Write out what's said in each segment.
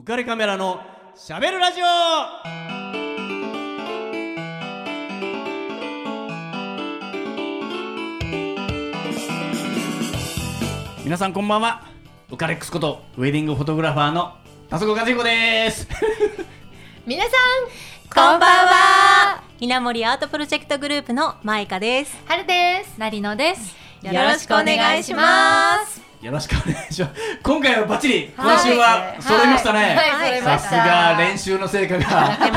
浮かれカメラのしゃべるラジオ。皆さんこんばんは。浮かれックスことウェディングフォトグラファーの田底和彦です皆さんこんばんは。稲森アートプロジェクトグループのマイカです。 はるです。 なりのです。 よろしくお願いします。 よろしくお願いします。今回はバッチリ、今週は揃いましたね。 はい、揃いました。 さすが練習の成果が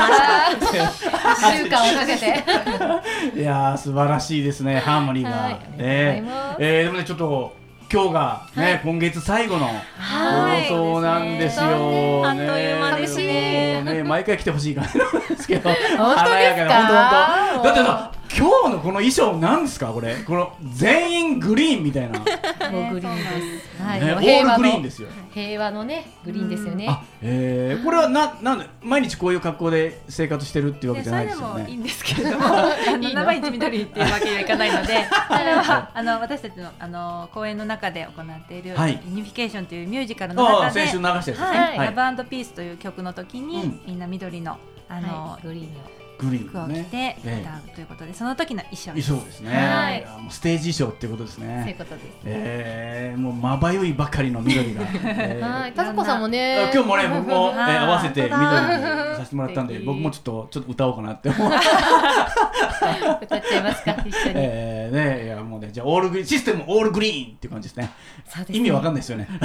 1週間をかけていやー素晴らしいですね、ハーモニーが、 はい、 でもねちょっと今日がね、今月最後の放送なんですよ、 あっという間ですね。 毎回来てほしい感じなんですけど本当ですか？ 華やかな、本当だってさ、今日のこの衣装なんですか、これ、この全員グリーンみたいな、 もうグリーンです。はい、 オールグリーンですよ。 平和のね、グリーンですよね。 これはなんで毎日こういう格好で生活してるっていうわけじゃないですよね。 それでもいいんですけれども毎日緑っていうわけにはいかないので、それは私たちの公演の中で行っているユニフィケーションというミュージカルの中で、 先週流したやつですね、 ラブ&ピースという曲の時に、みんな緑のグリーンの服を着て歌うということで、その時の衣装ですね。もうステージ衣装っていうことですね。 そういうことです。 もうまばゆいばかりの緑が。 田底さんもね、 今日もね、僕も合わせて緑にさせてもらったんで、僕もちょっと歌おうかなって思う。 歌っちゃいますか、一緒に。 いやもうね、じゃあオールグリーン、システムオールグリーンっていう感じですね。意味わかんないですよね。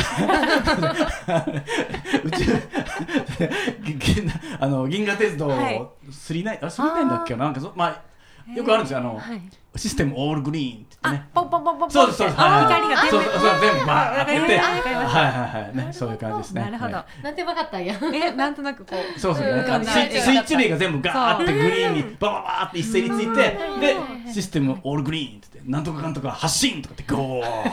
うち銀河鉄道39だっけ、なんかよくあるんですよ、システムオールグリーンって言ってね、 ポンポンポンポンポン、 そうです、 光がそう全部バーって言って、 はいね、そういう感じですね。 なるほど。 なんて分かったんや。 なんとなくこう、 そうそうね、スイッチ類が全部ガーってグリーンにバババーって一斉について、でシステムオールグリーンって言ってなんとかかんとか発進とかってゴー。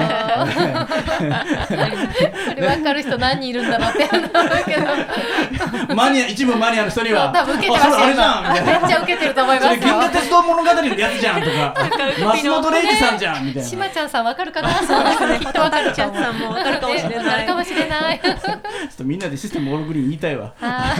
これ分かる人何人いるんだろうって思うけど、 一部マニアの人には多分受けてますよ。 あれじゃんみたいな、 めっちゃ受けてると思いますよ。 銀河鉄道物語のやつじゃんとか、松本零士さんじゃんみたいな。 しまちゃんさん分かるかな。そうですね、きっと分かる。 ちゃんさんも分かるかもしれない。 かもしれない。 ちょっとみんなでシステムオールグリーン言いたいわ。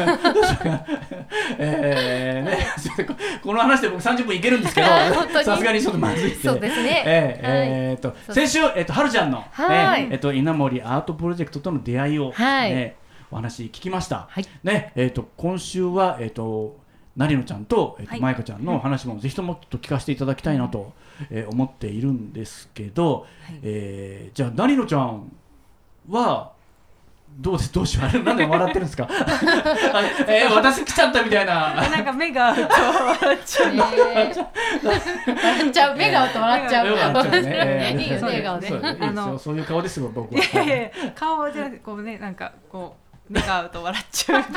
この話で僕30分いけるんですけど、さすがにちょっとまずいって。 そうですね。 先週はるちゃんの稲森アートプロジェクトとの出会いをお話聞きました。今週はなりのちゃんとまいかちゃんの話もぜひとも聞かせていただきたいなと思っているんですけど、じゃあなりのちゃんはどうしよう、なんで笑ってるんですか。私来ちゃったみたいな。 なんか目が笑っちゃう。 笑っちゃう、目が合うと笑っちゃう。いいよね、笑顔で。 そういう顔ですよ、僕は。 顔じゃなくて、こうね、なんかこう目が合うと笑っちゃう。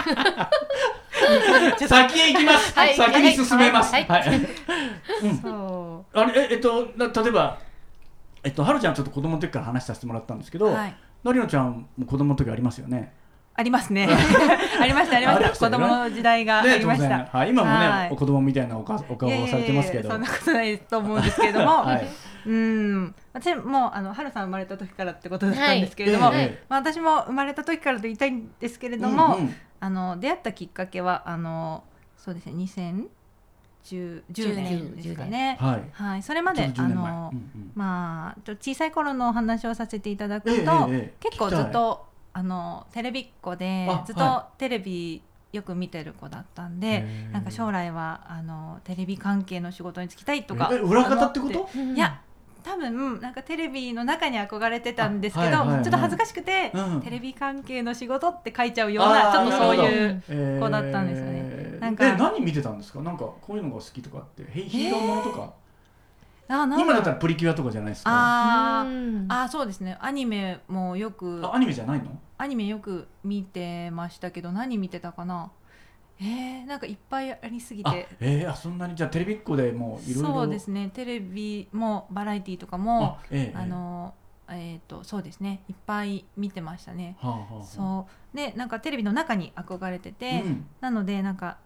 先へ行きます。先に進めます。 はい。 そう。 例えばはるちゃんちょっと子供の時から話させてもらったんですけど、なりのちゃんも子供の時ありますよね。 ありますね。ありました。子供の時代がありました。 今もね、子供みたいなお顔をされてますけど。 そんなことないと思うんですけれども、私もはるさん生まれた時からってことだったんですけれども、私も生まれた時からと言いたいんですけれども、出会ったきっかけはそうですね、2010年ですかね。それまで小さい頃のお話をさせていただくと、結構ずっとテレビっ子でずっとテレビよく見てる子だったんで、なんか将来はテレビ関係の仕事に就きたいとか。 裏方ってこと？ いや、多分なんかテレビの中に憧れてたんですけど、ちょっと恥ずかしくて、テレビ関係の仕事って書いちゃうような、ちょっとそういう子だったんですよね。なんか何見てたんですか？なんかこういうのが好きとかって、ヒーローものとか。今だったらプリキュアとかじゃないですか。 そうですね。アニメもよく。 アニメじゃないの？ アニメよく見てましたけど、何見てたかな。なんかいっぱいありすぎて。 そんなに。じゃあテレビっ子でもいろいろ。 そうですね。テレビもバラエティとかもそうですね、いっぱい見てましたね。そうで、なんかテレビの中に憧れてて、なのでなんか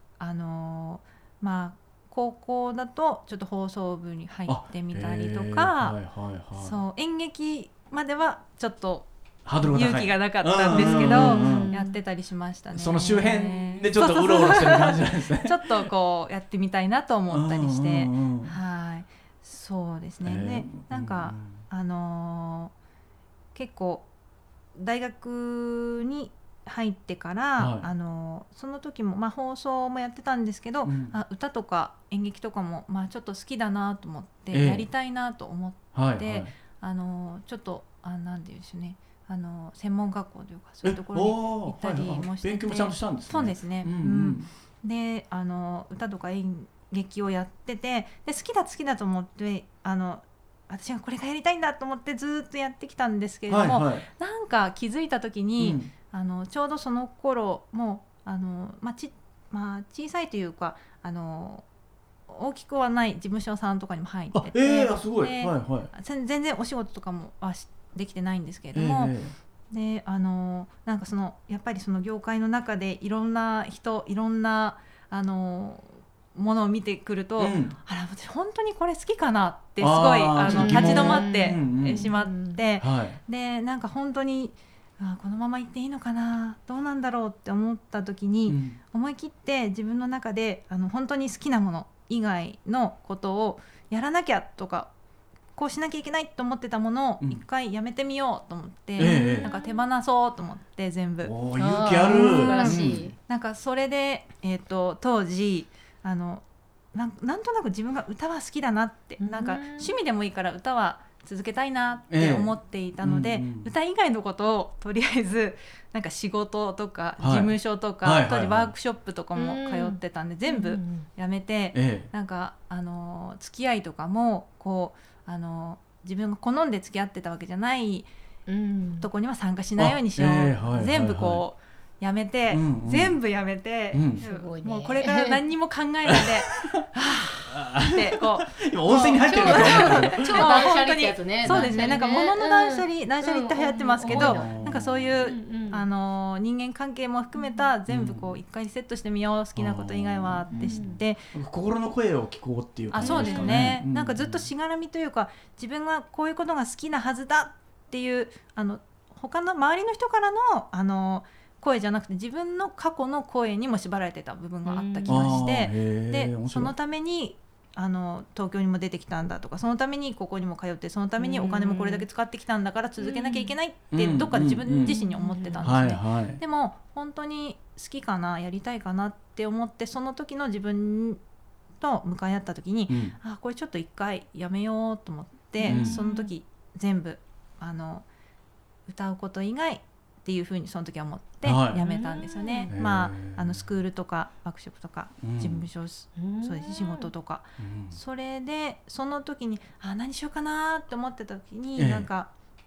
高校だとちょっと放送部に入ってみたりとか、そう演劇まではちょっと勇気がなかったんですけど、やってたりしましたね。 その周辺でちょっとうろうろしてる感じなんですね。 ちょっとこうやってみたいなと思ったりして、はい、そうですね。でなんか結構大学に入ってから、その時も、放送もやってたんですけど、歌とか演劇とかも、ちょっと好きだなと思って、やりたいなと思って、ちょっとなんていうんでしょうね、専門学校というかそういうところに行ったりもしてて、 勉強もちゃんとしたんですね。 そうですね、で歌とか演劇をやってて、で好きだと思って私がこれがやりたいんだと思ってずっとやってきたんですけれども、なんか気づいた時に、ちょうどその頃も小さいというか大きくはない事務所さんとかにも入ってて、 すごい、 全然お仕事とかもできてないんですけれども、でなんかやっぱりその業界の中でいろんな人いろんなものを見てくると、私本当にこれ好きかなってすごい立ち止まってしまって、でなんか本当にこのまま行っていいのかな、どうなんだろうって思った時に、思い切って自分の中で本当に好きなもの以外のことをやらなきゃとか、こうしなきゃいけないと思ってたものを一回やめてみようと思って、なんか手放そうと思って全部。 勇気ある。 素晴らしい。 なんかそれで、当時なんとなく自分が歌は好きだなって、なんか趣味でもいいから歌は続けたいなって思っていたので、歌以外のことをとりあえずなんか仕事とか事務所とか、当時ワークショップとかも通ってたんで、全部やめて、なんか付き合いとかもこう自分が好んで付き合ってたわけじゃないとこには参加しないようにしよう、全部こうやめて、全部やめて、もうこれから何にも考えないでってこう今温泉に入ってるのか超断捨離ってやつね。 そうですね、なんか物の断捨離って流行ってますけど、なんかそういう人間関係も含めた全部こう一回セットしてみよう、好きなこと以外はって知って、 心の声を聞こうっていう感じそうですね。なんかずっとしがらみというか、自分がこういうことが好きなはずだっていう他の周りの人からの声じゃなくて、自分の過去の声にも縛られてた部分があった気がして、でそのために東京にも出てきたんだとか、そのためにここにも通って、そのためにお金もこれだけ使ってきたんだから続けなきゃいけないってどっかで自分自身に思ってたんですね。でも本当に好きかな、やりたいかなって思って、その時の自分と向かい合った時に、これちょっと一回やめようと思って、その時全部歌うこと以外っていうふうにその時は思ってやめたんですよね。スクールとかワークショップとか事務所、そうです、仕事とか、それでその時に何しようかなって思ってた時に、なんか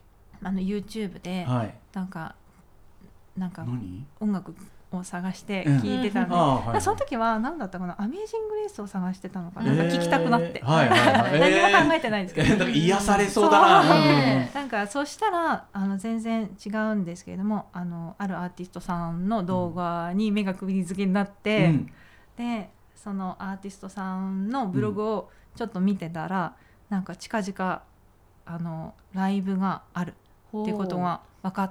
YouTube でなんか音楽を探して聴いてたんで、その時は何だったかな、アメージングレースを探してたのかな、なんか聴きたくなって、何も考えてないんですけど、 癒されそうだな。 なんかそうしたら全然違うんですけれども、あるアーティストさんの動画に目がくぎづけになって、でそのアーティストさんのブログをちょっと見てたら、なんか近々ライブがあるっていうことが分かって、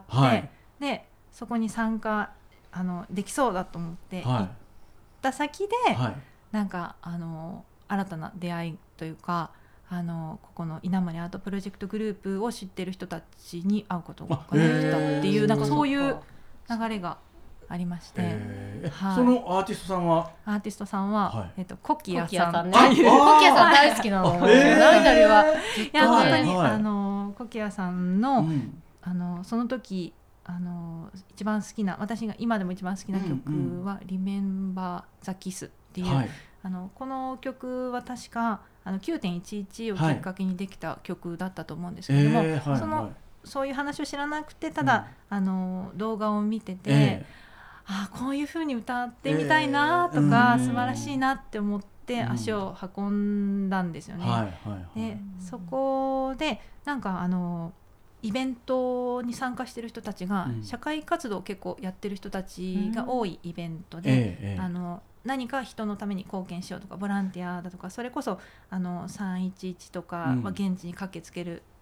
でそこに参加できそうだと思って行った先で、なんか新たな出会いというか、ここの稲森アートプロジェクトグループを知ってる人たちに会うことができたっていう、なんかそういう流れがありまして、 そのアーティストさんは、 コキアさんね。 コキアさん大好きなの。何々は。 いや本当にコキアさんのその時一番好きな、私が今でも一番好きな曲は「Remember the Kiss」っていう、この曲は確か9.11 をきっかけにできた曲だったと思うんですけれども、そういう話を知らなくて、ただ動画を見てて、こういう風に歌ってみたいなとか、素晴らしいなって思って足を運んだんですよね。でそこでなんかイベントに参加してる人たちが、社会活動を結構やってる人たちが多いイベントで、何か人のために貢献しようとか、ボランティアだとか、それこそ311とか、現地に駆けつける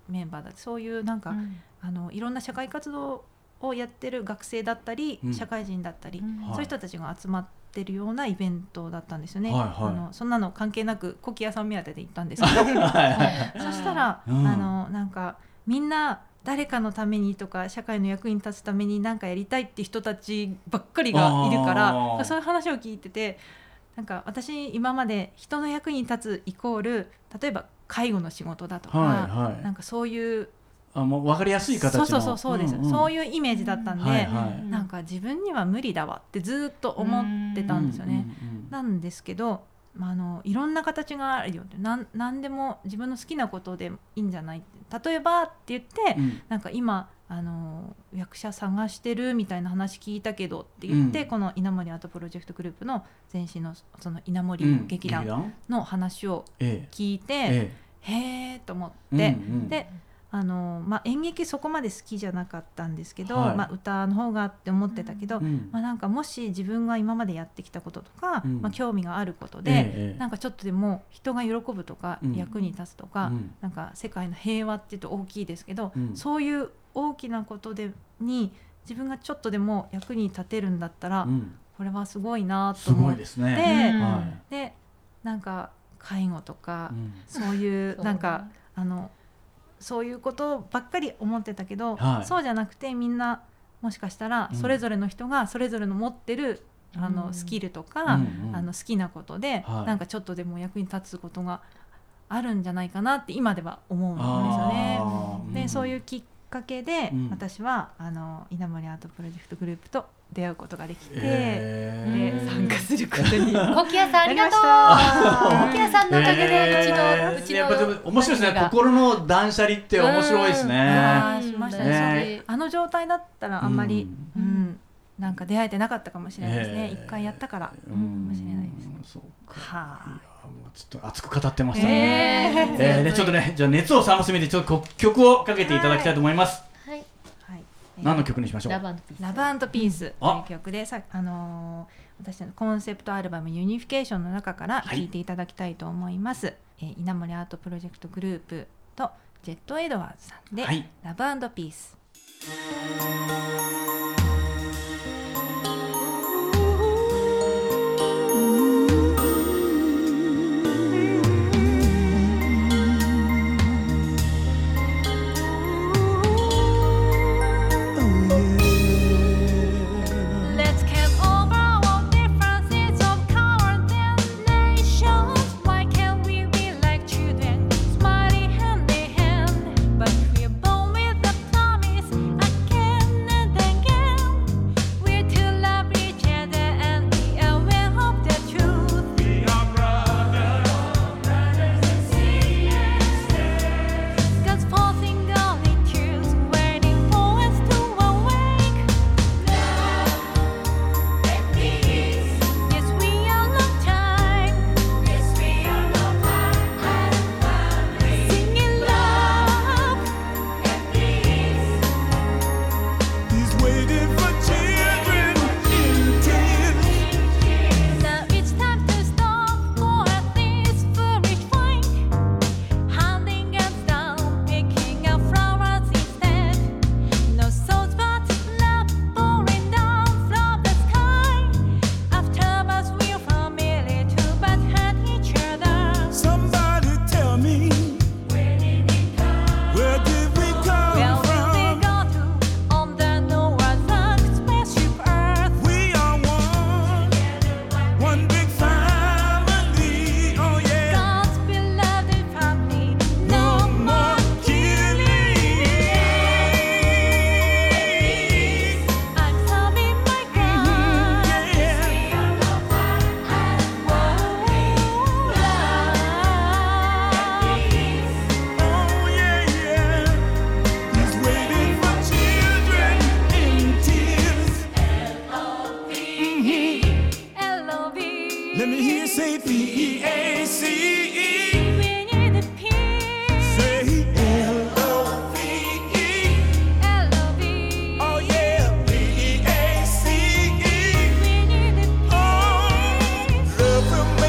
メンバーだってそういうなんか、いろんな社会活動をやってる学生だったり、社会人だったり、そういう人たちが集まってるようなイベントだったんですよね。そんなの関係なくコキ屋さん目当てで行ったんですけどそしたら、なんかみんな誰かのためにとか社会の役に立つために何かやりたいって人たちばっかりがいるから、そういう話を聞いてて、なんか私今まで人の役に立つイコール例えば介護の仕事だとか、なんかそういうもう分かりやすい形のそうです、そういうイメージだったんで、なんか自分には無理だわってずっと思ってたんですよね。なんですけど、いろんな形があるよって、何でも自分の好きなことでいいんじゃないって、例えばって言って、なんか今役者探してるみたいな話聞いたけどって言って、この稲森アートプロジェクトグループの前身のその稲森劇団の話を聞いて、へーと思って、で演劇そこまで好きじゃなかったんですけど、歌の方がって思ってたけど、なんかもし自分が今までやってきたこととか、興味があることで、なんかちょっとでも人が喜ぶとか、役に立つとか、なんか世界の平和っていうと大きいですけど、そういう大きなことに自分がちょっとでも役に立てるんだったら、これはすごいなと思って、でなんか介護とか、そういうなんかそういうことばっかり思ってたけど、そうじゃなくてみんなもしかしたらそれぞれの人がそれぞれの持ってるスキルとか、好きなことで、なんかちょっとでも役に立つことがあるんじゃないかなって今では思うんですよね。でそういうきっかけで、私は稲森アートプロジェクトグループと出会うことができて、で参加することにコキ屋さんありがとう。コキ屋さんのおかげでうちのやっぱでも面白いですね。心の断捨離って面白いですね。 しましたね。状態だったらあんまり、なんか出会えてなかったかもしれないですね。一回やったからかもしれないです。そうか。 ちょっと熱く語ってましたね。ちょっとね、じゃあ熱を冷ます意味でちょっと曲をかけていただきたいと思います。何の曲にしましょう。 ラブ&ピースという曲で、私のコンセプトアルバムユニフィケーションの中から聴いていただきたいと思います。稲森アートプロジェクトグループとジェットエドワーズさんで、ラブ&ピース。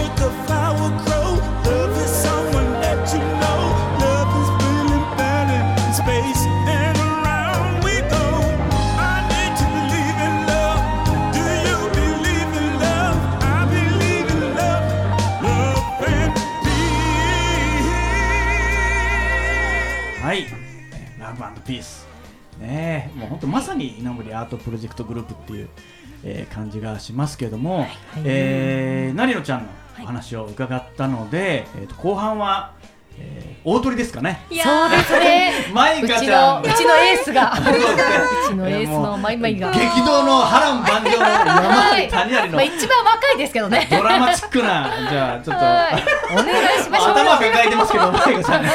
Love is feeling better. ピースね、もう本当まさに稲森アートプロジェクトグループっていう、感じがしますけども、成野ちゃんのお話を伺ったので、後半は大鳥ですかね。 そうですね。 マイカちゃん、 うちのエースが、うちのエースのマイマイが、 激動の波乱万丈の山谷谷有の、 一番若いですけどね。 ドラマチックな、じゃあちょっとお願いしましょう。 頭抱えてますけど、マイカさんね。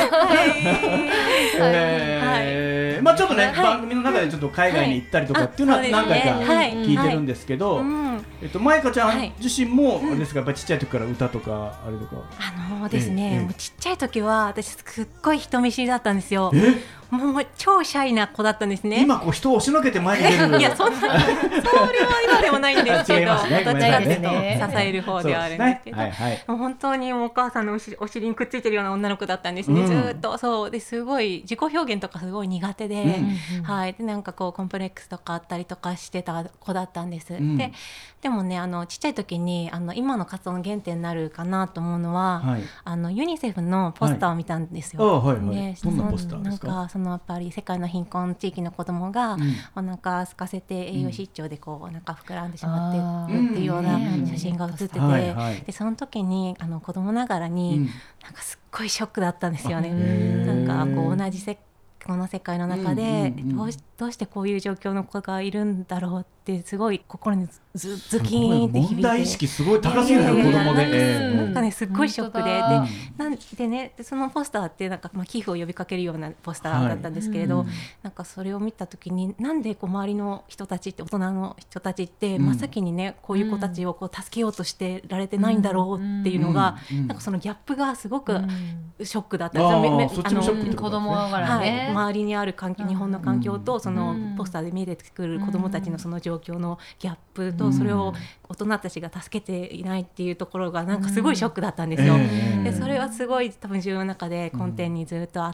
まあちょっとね、番組の中でちょっと海外に行ったりとかっていうのは何回か聞いてるんですけど、マイカちゃん自身もあれですか、やっぱりちっちゃい時から歌とかあれとか。 ですね、もうちっちゃい時は私すっごい人見知りだったんですよ。もう超シャイな子だったんですね。 今こう人を押しのけて前に出る。 いや、それは今でもないんですけど、どちらかというと支える方ではあるんですけど、もう本当にお母さんのお尻にくっついてるような女の子だったんですね。ずっとそうですごい自己表現とかすごい苦手で、でなんかこうコンプレックスとかあったりとかしてた子だったんです。でもね、ちっちゃい時に今の活動の原点になるかなと思うのは、ユニセフのポスターを見たんですよ。 どんなポスターですか？ やっぱり世界の貧困地域の子どもがお腹空かせて栄養失調でこうお腹膨らんでしまってっていうような写真が写ってて、でその時に子どもながらになんかすっごいショックだったんですよね。なんかこう同じこの世界の中でどうしてこういう状況の子がいるんだろうってすごい心にズキーンって響いて、 問題意識すごい高すぎるよ、子供で。 なんかねすっごいショックで、なんでね、そのポスターってなんか寄付を呼びかけるようなポスターだったんですけれど、なんかそれを見た時になんでこう周りの人たちって大人の人たちって真っ先にねこういう子たちをこう助けようとしてられてないんだろうっていうのが、なんかそのギャップがすごくショックだったんですよ。 子供ながらね、 周りにある環境、日本の環境とそのポスターで見えてくる子どもたちのその状況のギャップと、それを大人たちが助けていないっていうところがなんかすごいショックだったんですよ。でそれはすごい多分自分の中で根底にずっとあって、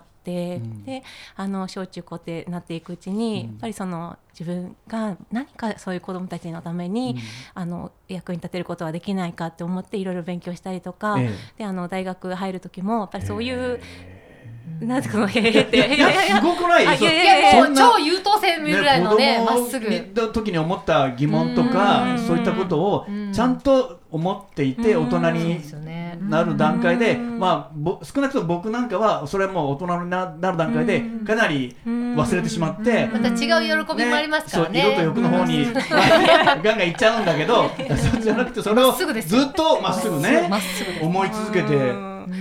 で小中高ってなっていくうちに、やっぱりその自分が何かそういう子どもたちのために、役に立てることはできないかって思っていろいろ勉強したりとか、で大学入る時もやっぱりそういう、なんていうの、 いやすごくないですか？ いやもう超優等生ぐらいのね、まっすぐ。 子供の時に思った疑問とかそういったことをちゃんと思っていて大人になる段階で、まあ少なくとも僕なんかはそれはもう大人になる段階でかなり忘れてしまって、 また違う喜びもありますからね。 色と欲の方にガンガンいっちゃうんだけど、そうじゃなくてそれをずっとまっすぐね思い続けて。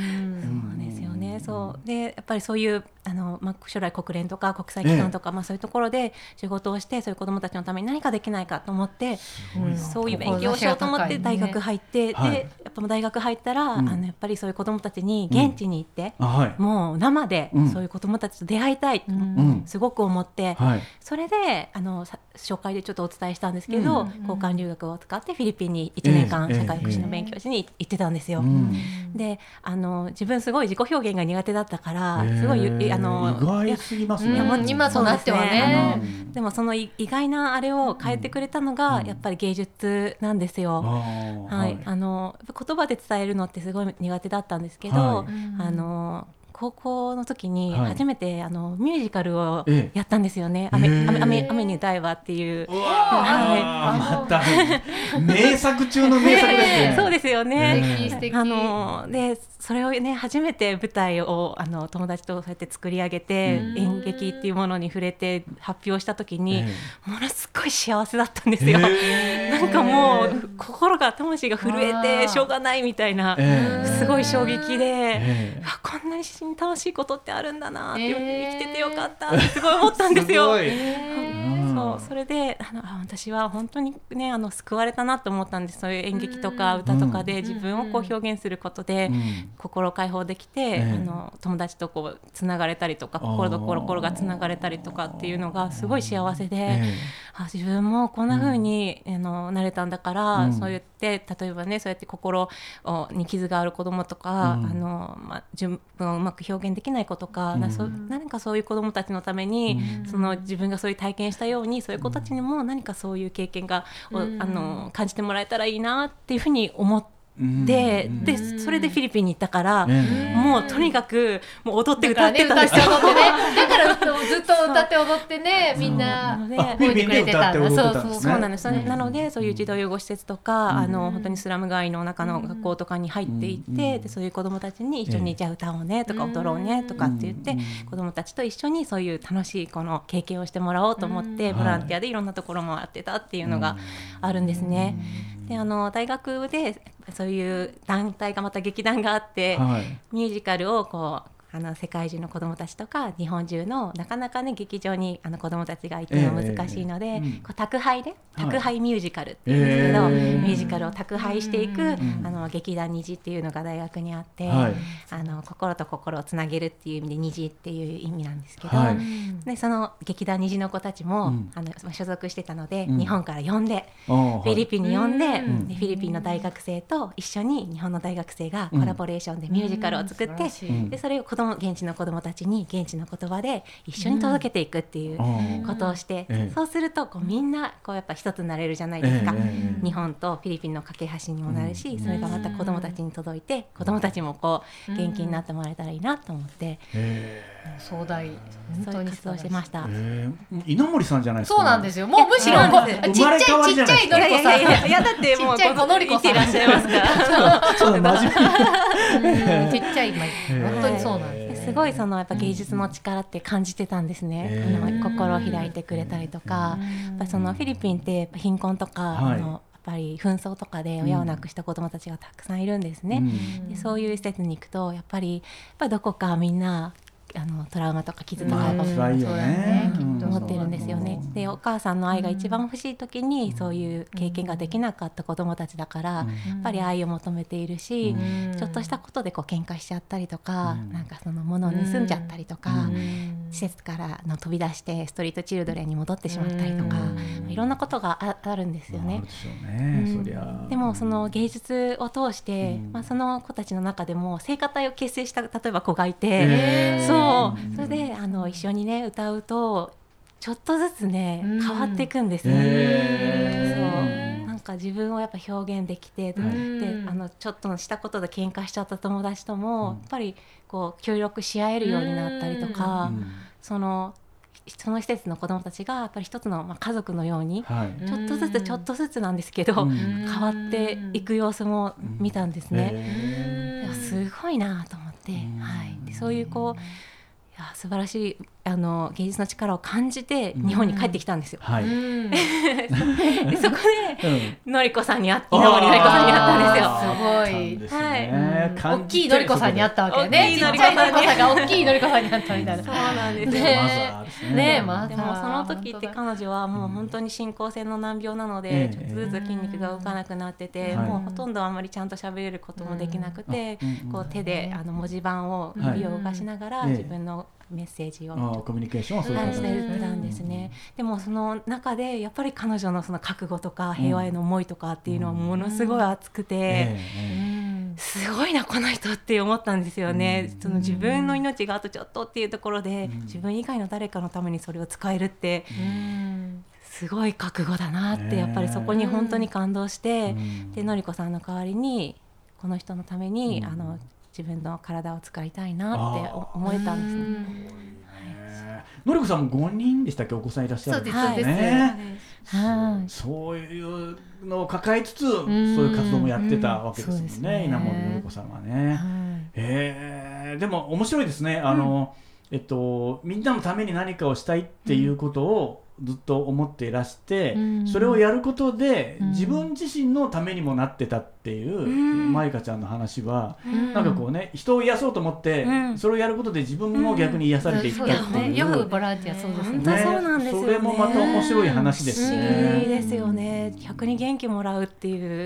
そうでやっぱりそういう将来国連とか国際機関とか、そういうところで仕事をしてそういう子どもたちのために何かできないかと思って、そういう勉強をしようと思って大学入って、でやっぱ大学入ったら、やっぱりそういう子どもたちに現地に行って、もう生でそういう子どもたちと出会いたいと、すごく思って、それで紹介でちょっとお伝えしたんですけど、交換留学を使ってフィリピンに1年間社会福祉の勉強しに行ってたんですよ。で自分すごい自己表現が苦手だったからすごい意外すぎますね。 今となってはね。 でもその意外なあれを変えてくれたのがやっぱり芸術なんですよ。言葉で伝えるのってすごい苦手だったんですけど、高校の時に初めてミュージカルをやったんですよね。雨に歌えばっていう。 また名作中の名作ですね。 そうですよね。 素敵。 でそれをね初めて舞台を友達とそうやって作り上げて演劇っていうものに触れて発表した時にものすごい幸せだったんですよ。なんかもう心が魂が震えてしょうがないみたいなすごい衝撃で、こんなに楽しいことってあるんだなって、生きててよかったってすごい思ったんですよ。それで私は本当にね救われたなと思ったんです。そういう演劇とか歌とかで自分をこう表現することで心を解放できて、友達とこうつながれたりとか心と心がつながれたりとかっていうのがすごい幸せで、自分もこんな風になれたんだから、そう言って例えばねそうやって心に傷がある子どもとか、自分をうまく表現できない子とか、何かそういう子どもたちのために、その自分がそういう体験したようにそういう子たちにも何かそういう経験が感じてもらえたらいいなっていうふうに思ってでそれでフィリピンに行ったから、もうとにかくもう踊って歌ってたんですよ。 だからずっと歌って踊ってね、みんなフィリピンで歌って踊ってたんですね。 そうなんです。なのでそういう児童養護施設とか、本当にスラム街の中の学校とかに入っていって、でそういう子どもたちに一緒にじゃあ歌おうねとか踊ろうねとかって言って、子どもたちと一緒にそういう楽しいこの経験をしてもらおうと思って、ボランティアでいろんなところもやってたっていうのがあるんですね。で大学でそういう団体がまた劇団があって、ミュージカルをこう世界中の子どもたちとか日本中のなかなかね劇場に子どもたちが行くのは難しいので、こう宅配で宅配ミュージカルっていうんですけど、ミュージカルを宅配していく劇団虹っていうのが大学にあって、心と心をつなげるっていう意味で虹っていう意味なんですけど、でその劇団虹の子たちも、所属してたので、日本から呼んで、フィリピンに呼んで、でフィリピンの大学生と一緒に日本の大学生がコラボレーションでミュージカルを作って、でそれを現地の子どもたちに現地の言葉で一緒に届けていくっていうことをして、そうするとこうみんなこうやっぱ一つになれるじゃないですか。日本とフィリピンの架け橋にもなるし、それがまた子どもたちに届いて、子どもたちもこう元気になってもらえたらいいなと思って、 壮大そういう活動をしてました。 稲森さんじゃないですか。 そうなんですよ。もうむしろちっちゃいのりこさん、 いやだってもうちっちゃいのりこさんいらっしゃいますから。 そう真面目。ちっちゃい本当にそうなんです。 すごいやっぱ芸術の力って感じてたんですね。心を開いてくれたりとか、やっぱフィリピンって貧困とかやっぱり紛争とかで親を亡くした子どもたちがたくさんいるんですね。でそういう施設に行くとやっぱりどこかみんなトラウマとか傷とか持ってるんですよね。でお母さんの愛が一番欲しい時にそういう経験ができなかった子どもたちだから、やっぱり愛を求めているし、ちょっとしたことでこう喧嘩しちゃったりとか、なんかその物を盗んじゃったりとか、施設から飛び出してストリートチルドレンに戻ってしまったりとか、いろんなことがあるんですよね。でもその芸術を通して、その子たちの中でも聖歌隊を結成した例えば子がいて、それで一緒にね歌うとちょっとずつね変わっていくんですね。そうなんか自分をやっぱ表現できて、でちょっとしたことで喧嘩しちゃった友達ともやっぱりこう協力し合えるようになったりとか、その施設の子どもたちがやっぱり一つの家族のように、ちょっとずつちょっとずつなんですけど、変わっていく様子も見たんですね。すごいなと思って、でそういうこう素晴らしい芸術の力を感じて日本に帰ってきたんですよ。でそこでのりこさんに稲森のりこさんに会ったんですよ。 すごい大きいのりこさんに会ったわけね。ちっちゃいのりこさんが大きいのりこさんに会ったみたいな。 そうなんですね。 でもその時って彼女はもう本当に進行性の難病なので、ちょっとずつ筋肉が動かなくなってて、もうほとんどあんまりちゃんと喋れることもできなくて、こう手で文字盤を指を動かしながら自分のメッセージをコミュニケーションをしてたんですね。でもその中でやっぱり彼女のその覚悟とか平和への思いとかっていうのはものすごい熱くて、すごいなこの人って思ったんですよね。その自分の命があとちょっとっていうところで、自分以外の誰かのためにそれを使えるってすごい覚悟だなって、やっぱりそこに本当に感動して、でのりこさんの代わりにこの人のために自分の体を使いたいなって思えたんですね。 のりこさんも5人でしたっけ、お子さんいらっしゃるんですね。そういうのを抱えつつそういう活動もやってたわけですもんね、稲森のりこさんはね。でも面白いですね。みんなのために何かをしたいっていうことをずっと思っていらして、それをやることで自分自身のためにもなってたっていうまいかちゃんの話は、なんかこうね、人を癒そうと思ってそれをやることで自分も逆に癒されていったっていう、 よくボランティアそうですね。 本当そうなんですよね。 それもまた面白い話ですね。 いいですよね。逆に元気もらうっていう。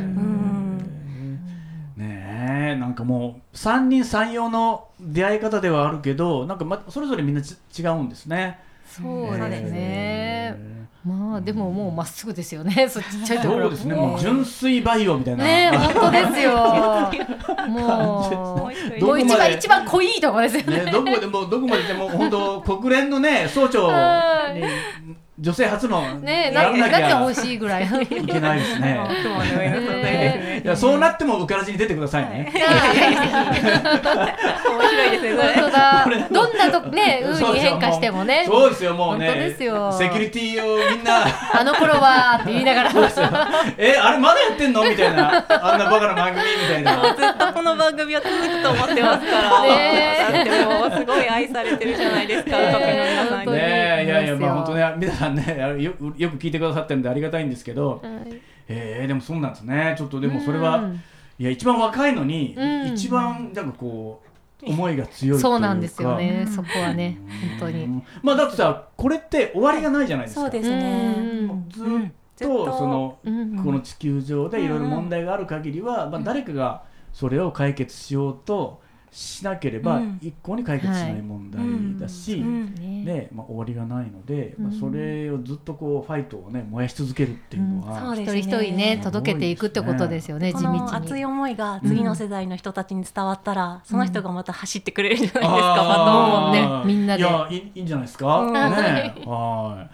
なんかもう三人三様の出会い方ではあるけど、なんかそれぞれみんな違うんですね。 そうですね。まあでももうまっすぐですよね。ちっちゃいところ。 そうですね。もう純粋バイオみたいな。 ね、本当ですよ。もう一番濃いところですよね。 どこまででも本当国連のね総長に女性初のね、なってほしいぐらいいけないですね。いや、そうなってもうからじに出てくださいね。 面白いですね。 本当だ。どんなとね風に変化してもね。 そうですよ、もうね。 本当ですよ。 セキュリティをみんなあの頃はって言いながら。 そうですよ。あれまだやってんのみたいな、あんなバカな番組みたいな。 ずっとこの番組は続くと思ってますから。だってもうすごい愛されてるじゃないですか。皆さんに。 いやまあ本当ね、皆さんね、よく聞いてくださってるんでありがたいんですけど、でもそうなんですね。ちょっとでもそれはいや一番若いのに一番なんかこう思いが強いというか。 そうなんですよね。そこはね、本当に。 まあだってさ、これって終わりがないじゃないですか。 そうですね。 ずっとそのこの地球上でいろいろ問題がある限りは、まあ誰かがそれを解決しようとしなければ一向に解決しない問題だし、ね、まあ、終わりがないので、まあ、それをずっとこうファイトをね燃やし続けるっていうのは、 一人一人ね届けていくってことですよね。地道に。 この熱い思いが次の世代の人たちに伝わったら、その人がまた走ってくれるじゃないですか。またね、みんなで。 いや、いいんじゃないですか。ね、はい。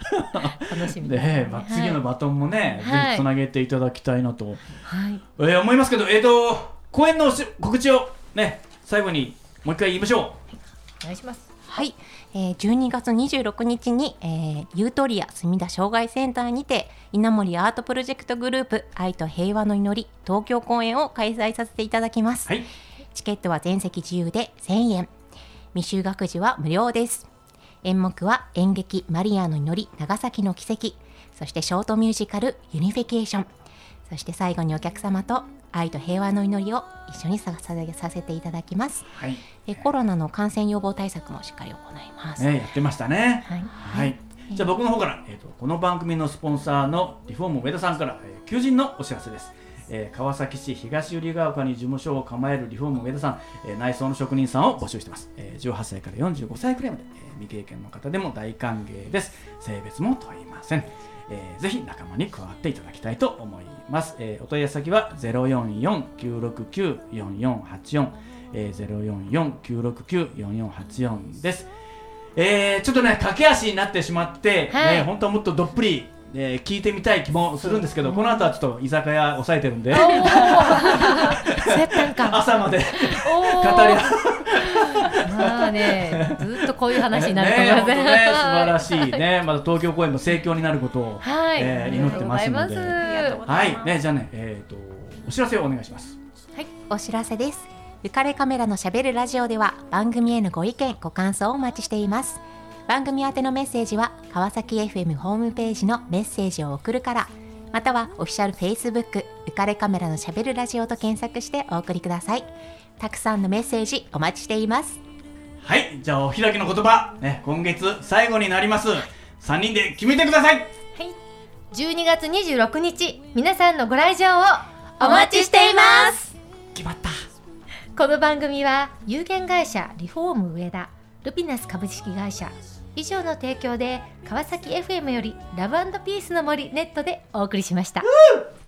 楽しみですね。まあ、次のバトンもね、ぜひつなげていただきたいなと思いますけど、公演の告知をね。最後にもう一回言いましょう。 お願いします。 はい、12月26日に、ユートリア墨田障害センターにて稲森アートプロジェクトグループ愛と平和の祈り東京公演を開催させていただきます、はい、チケットは全席自由で1000円、未就学児は無料です。演目は演劇マリアの祈り長崎の奇跡、そしてショートミュージカルユニフィケーション、そして最後にお客様と愛と平和の祈りを一緒にさせていただきます、はい、コロナの感染予防対策もしっかり行います、 やってましたね。はい、はい、じゃあ僕の方から、この番組のスポンサーのリフォーム上田さんから、求人のお知らせです。川崎市東百合ヶ丘に事務所を構えるリフォーム上田さん、内装の職人さんを募集しています。18歳から45歳くらいまで、未経験の方でも大歓迎です。性別も問いません。ぜひ仲間に加わっていただきたいと思います。お問い合わせ先は 044-969-4484、044-969-4484 です。ちょっとね駆け足になってしまって、本当はもっとどっぷり聞いてみたい気もするんですけど、この後はちょっと居酒屋抑えてるんで朝まで語りまあね、ずっとこういう話になると思いますね。 素晴らしいね。また東京公演も盛況になることを、祈ってますので、はいね、じゃあね、お知らせをお願いします。 はい、お知らせです。ゆかれカメラのしゃべるラジオでは番組へのご意見ご感想をお待ちしています。番組宛てのメッセージは川崎 FM ホームページのメッセージを送るから、またはオフィシャル Facebook ゆかれカメラのしゃべるラジオと検索してお送りください。たくさんのメッセージお待ちしています。 はい、じゃあお開きの言葉、ね、今月最後になります。3人で決めてください。はい、 12月26日皆さんのご来場をお待ちしています。 決まった。 この番組は有限会社リフォーム上田、ルピナス株式会社以上の提供で川崎 FM よりラブ&ピースの森ネットでお送りしました。